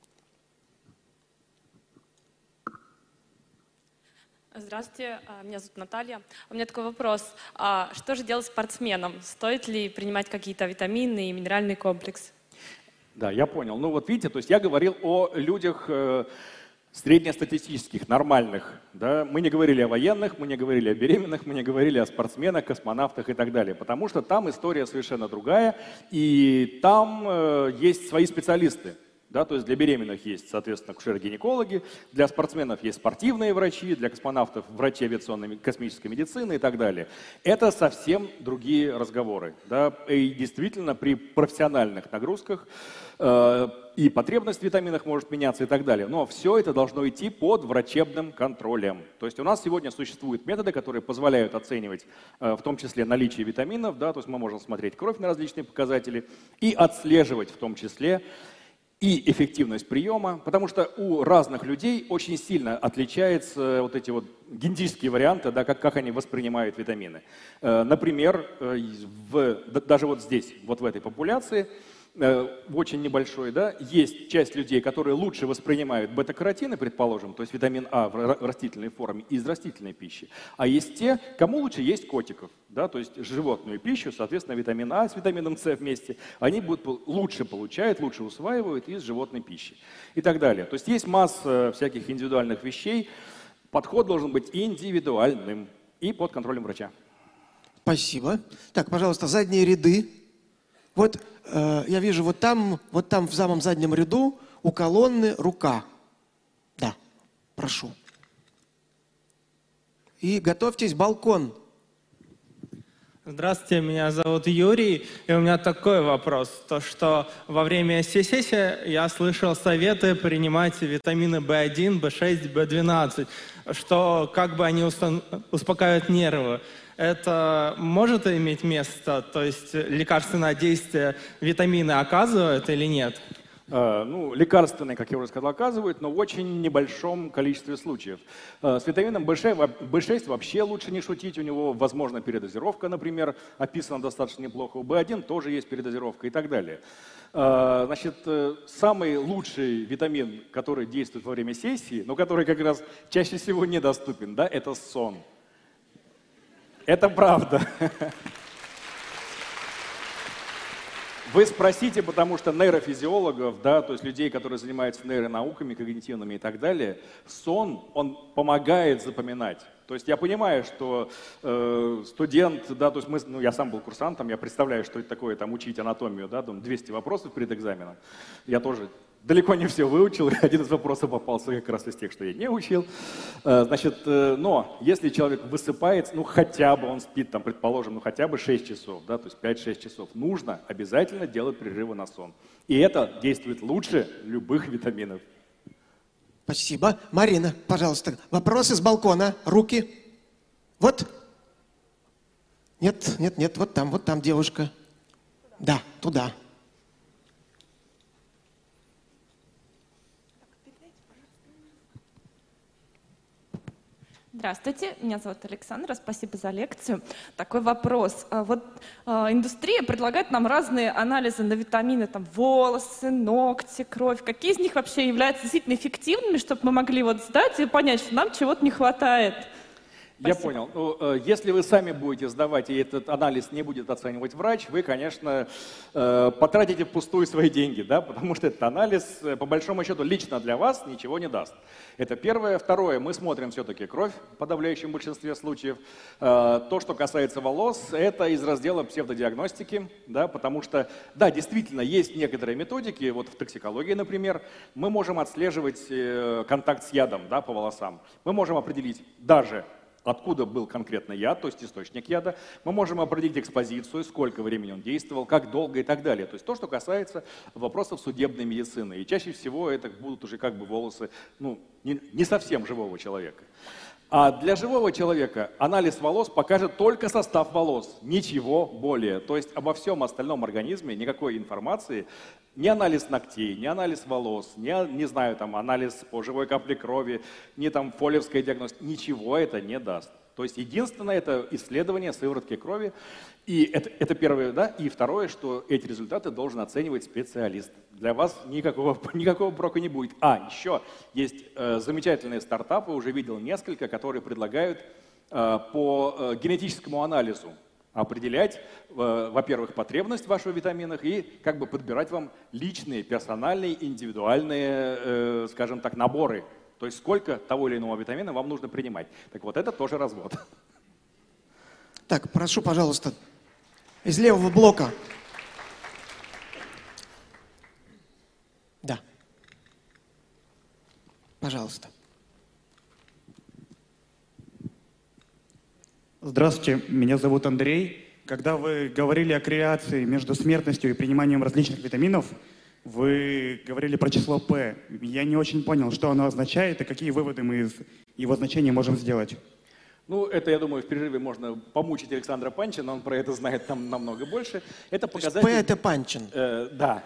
Speaker 8: Здравствуйте, меня зовут Наталья. У меня такой вопрос. Что же делать спортсменам? Стоит ли принимать какие-то витамины и минеральный комплекс?
Speaker 5: Да, я понял. Ну вот видите, то есть я говорил о людях среднестатистических, нормальных. Да? Мы не говорили о военных, мы не говорили о беременных, мы не говорили о спортсменах, космонавтах и так далее, потому что там история совершенно другая, и там э, есть свои специалисты. Да? То есть для беременных есть, соответственно, акушеры-гинекологи, для спортсменов есть спортивные врачи, для космонавтов врачи авиационной космической медицины и так далее. Это совсем другие разговоры. Да? И действительно при профессиональных нагрузках э, и потребность в витаминах может меняться и так далее. Но все это должно идти под врачебным контролем. То есть у нас сегодня существуют методы, которые позволяют оценивать э, в том числе наличие витаминов. Да? То есть мы можем смотреть кровь на различные показатели и отслеживать в том числе и эффективность приема, потому что у разных людей очень сильно отличаются вот эти вот генетические варианты, да, как, как они воспринимают витамины. Например, в, даже вот здесь, вот в этой популяции, очень небольшой, да, есть часть людей, которые лучше воспринимают бета-каротины, предположим, то есть витамин А в растительной форме из растительной пищи, а есть те, кому лучше есть котиков, да, то есть животную пищу, соответственно, витамин А с витамином С вместе, они будут лучше получают, лучше усваивают из животной пищи и так далее. То есть есть масса всяких индивидуальных вещей, подход должен быть индивидуальным и под контролем врача.
Speaker 1: Спасибо. Так, пожалуйста, задние ряды. Вот э, я вижу, вот там, вот там в самом заднем ряду у колонны рука. Да, прошу. И готовьтесь, балкон.
Speaker 9: Здравствуйте, меня зовут Юрий, и у меня такой вопрос. То, что во время сессии я слышал советы принимать витамины бэ один, бэ шесть, бэ двенадцать, что как бы они успокаивают нервы. Это может иметь место? То есть лекарственное действие витамины оказывают или нет?
Speaker 5: Ну, лекарственные, как я уже сказал, оказывают, но в очень небольшом количестве случаев. С витамином бэ шесть вообще лучше не шутить, у него возможна передозировка, например, описана достаточно неплохо. У бэ один тоже есть передозировка и так далее. Значит, самый лучший витамин, который действует во время сессии, но который как раз чаще всего недоступен, да, это сон. Это правда. Вы спросите, потому что нейрофизиологов, да, то есть людей, которые занимаются нейронауками, когнитивными и так далее, сон, он помогает запоминать. То есть я понимаю, что э, студент, да, то есть мы, ну, я сам был курсантом, я представляю, что это такое, там, учить анатомию, да, там, двести вопросов перед экзаменом. Я тоже далеко не все выучил, и один из вопросов попался как раз из тех, что я не учил. Э, значит, э, но если человек высыпается, ну, хотя бы он спит, там, предположим, ну, хотя бы шесть часов, да, то есть пять-шесть часов, нужно обязательно делать прерывы на сон. И это действует лучше любых витаминов.
Speaker 1: Спасибо. Марина, пожалуйста, вопросы с балкона, руки. Вот. Нет, нет, нет, вот там, вот там девушка. Да, туда.
Speaker 10: Здравствуйте, меня зовут Александра, спасибо за лекцию. Такой вопрос. Вот э, индустрия предлагает нам разные анализы на витамины, там волосы, ногти, кровь. Какие из них вообще являются действительно эффективными, чтобы мы могли вот сдать и понять, что нам чего-то не хватает?
Speaker 5: Я
Speaker 10: Спасибо.
Speaker 5: понял. Ну, если вы сами будете сдавать, и этот анализ не будет оценивать врач, вы, конечно, потратите впустую свои деньги, да, потому что этот анализ, по большому счету, лично для вас ничего не даст. Это первое. Второе, мы смотрим все-таки кровь в подавляющем большинстве случаев. То, что касается волос, это из раздела псевдодиагностики, да, потому что, да, действительно, есть некоторые методики, вот в токсикологии, например, мы можем отслеживать контакт с ядом, да, по волосам. Мы можем определить даже откуда был конкретно яд, то есть источник яда. Мы можем определить экспозицию, сколько времени он действовал, как долго и так далее. То есть то, что касается вопросов судебной медицины. И чаще всего это будут уже как бы волосы, ну, не, не совсем живого человека. А для живого человека анализ волос покажет только состав волос, ничего более. То есть обо всем остальном организме никакой информации, ни анализ ногтей, ни анализ волос, ни, не знаю, там, анализ по живой капле крови, ни там фолиевская диагностика, ничего это не даст. То есть единственное это исследование сыворотки крови. И это, это первое, да. И второе, что эти результаты должен оценивать специалист. Для вас никакого, никакого прока не будет. А, еще есть э, замечательные стартапы, уже видел несколько, которые предлагают э, по э, генетическому анализу определять, э, во-первых, потребность в ваших витаминах и как бы подбирать вам личные, персональные, индивидуальные, э, скажем так, наборы. То есть сколько того или иного витамина вам нужно принимать. Так вот, это тоже развод.
Speaker 1: Так, прошу, пожалуйста, из левого блока. Да. Пожалуйста.
Speaker 11: Здравствуйте, меня зовут Андрей. Когда вы говорили о корреляции между смертностью и приниманием различных витаминов, вы говорили про число P. Я не очень понял, что оно означает и какие выводы мы из его значения можем сделать.
Speaker 5: Ну, это, я думаю, в перерыве можно помучить Александра Панчина, он про это знает там намного больше. Это показатель...
Speaker 1: П это Панчин.
Speaker 5: Э, да.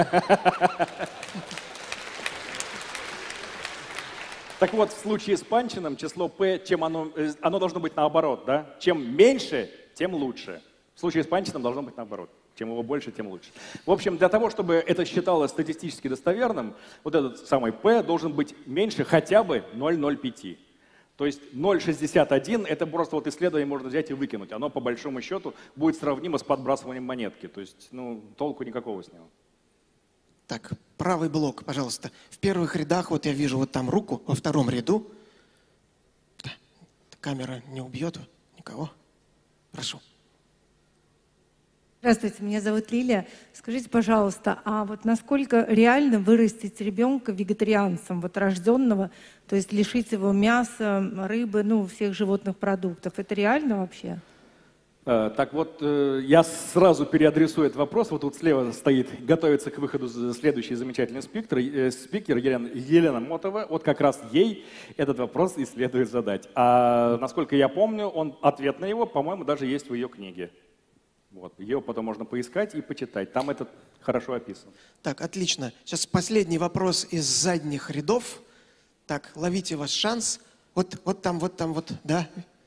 Speaker 5: Так вот, в случае с Панчиным число P, чем оно, оно должно быть наоборот, да? Чем меньше, тем лучше. В случае с Панчиным должно быть наоборот. Чем его больше, тем лучше. В общем, для того, чтобы это считалось статистически достоверным, вот этот самый P должен быть меньше хотя бы ноль целых ноль пять. То есть ноль целых шестьдесят один это просто вот исследование можно взять и выкинуть. Оно по большому счету будет сравнимо с подбрасыванием монетки. То есть, ну, толку никакого с него.
Speaker 1: Так, правый блок, пожалуйста. В первых рядах, вот я вижу вот там руку, во втором ряду. Да, камера не убьет никого. Прошу.
Speaker 12: Здравствуйте, меня зовут Лилия. Скажите, пожалуйста, а вот насколько реально вырастить ребенка вегетарианцем, вот рожденного, то есть лишить его мяса, рыбы, ну, всех животных продуктов? Это реально вообще?
Speaker 5: Так вот, я сразу переадресую этот вопрос. Вот тут слева стоит, готовится к выходу следующий замечательный спикер, спикер Елена, Елена Мотова. Вот как раз ей этот вопрос и следует задать. А насколько я помню, он, ответ на его, по-моему, даже есть в ее книге. Вот. Ее потом можно поискать и почитать. Там это хорошо описано.
Speaker 1: Так, отлично. Сейчас последний вопрос из задних рядов. Так, ловите ваш шанс. Вот, вот там, вот там, вот, да.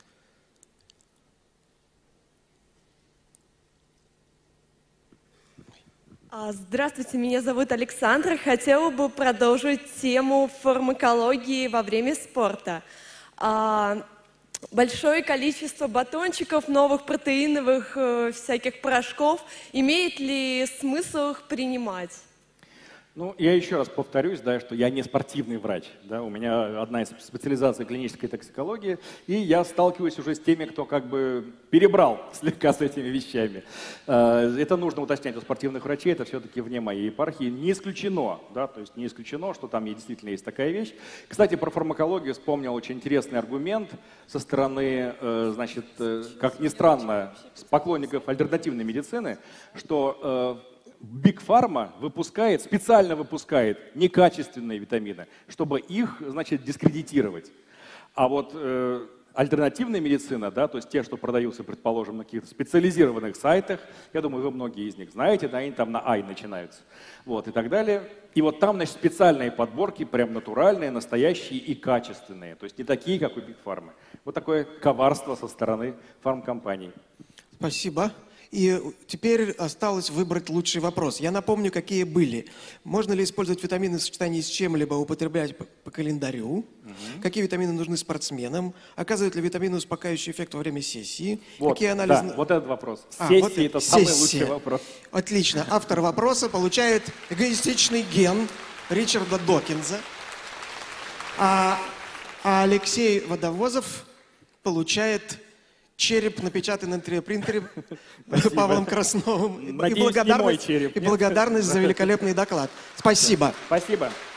Speaker 13: Здравствуйте, меня зовут Александра. Хотела бы продолжить тему фармакологии во время спорта. Большое количество батончиков, новых протеиновых всяких порошков. Имеет ли смысл их принимать?
Speaker 5: Ну, я еще раз повторюсь, да, что я не спортивный врач. Да, у меня одна из специализаций клинической токсикологии, и я сталкиваюсь уже с теми, кто как бы перебрал слегка с этими вещами. Это нужно уточнять у спортивных врачей, это все-таки вне моей епархии. Не исключено, да, то есть не исключено, что там действительно есть такая вещь. Кстати, про фармакологию вспомнил очень интересный аргумент со стороны, значит, как ни странно, поклонников альтернативной медицины, что Big Pharma выпускает, специально выпускает некачественные витамины, чтобы их, значит, дискредитировать. А вот э, альтернативная медицина, да, то есть те, что продаются, предположим, на каких-то специализированных сайтах, я думаю, вы многие из них знаете, да, они там на «ай» начинаются, вот, и так далее. И вот там, значит, специальные подборки, прям натуральные, настоящие и качественные, то есть не такие, как у Big Pharma. Вот такое коварство со стороны фармкомпаний.
Speaker 1: Спасибо. И теперь осталось выбрать лучший вопрос. Я напомню, какие были. Можно ли использовать витамины в сочетании с чем-либо, употреблять по, по календарю? Угу. Какие витамины нужны спортсменам? Оказывают ли витамины успокаивающий эффект во время сессии?
Speaker 5: Вот,
Speaker 1: Какие анализы...
Speaker 5: да, вот этот вопрос.
Speaker 1: А,
Speaker 5: Сессия
Speaker 1: вот
Speaker 5: – это
Speaker 1: сессия.
Speaker 5: самый лучший вопрос.
Speaker 1: Отлично. Автор вопроса получает эгоистичный ген Ричарда Докинза. А, а Алексей Водовозов получает... череп, напечатанный на три дэ принтере Павлом Красновым.
Speaker 5: Надеюсь,
Speaker 1: и благодарность,
Speaker 5: не мой череп,
Speaker 1: и благодарность за великолепный доклад. Спасибо.
Speaker 5: Спасибо.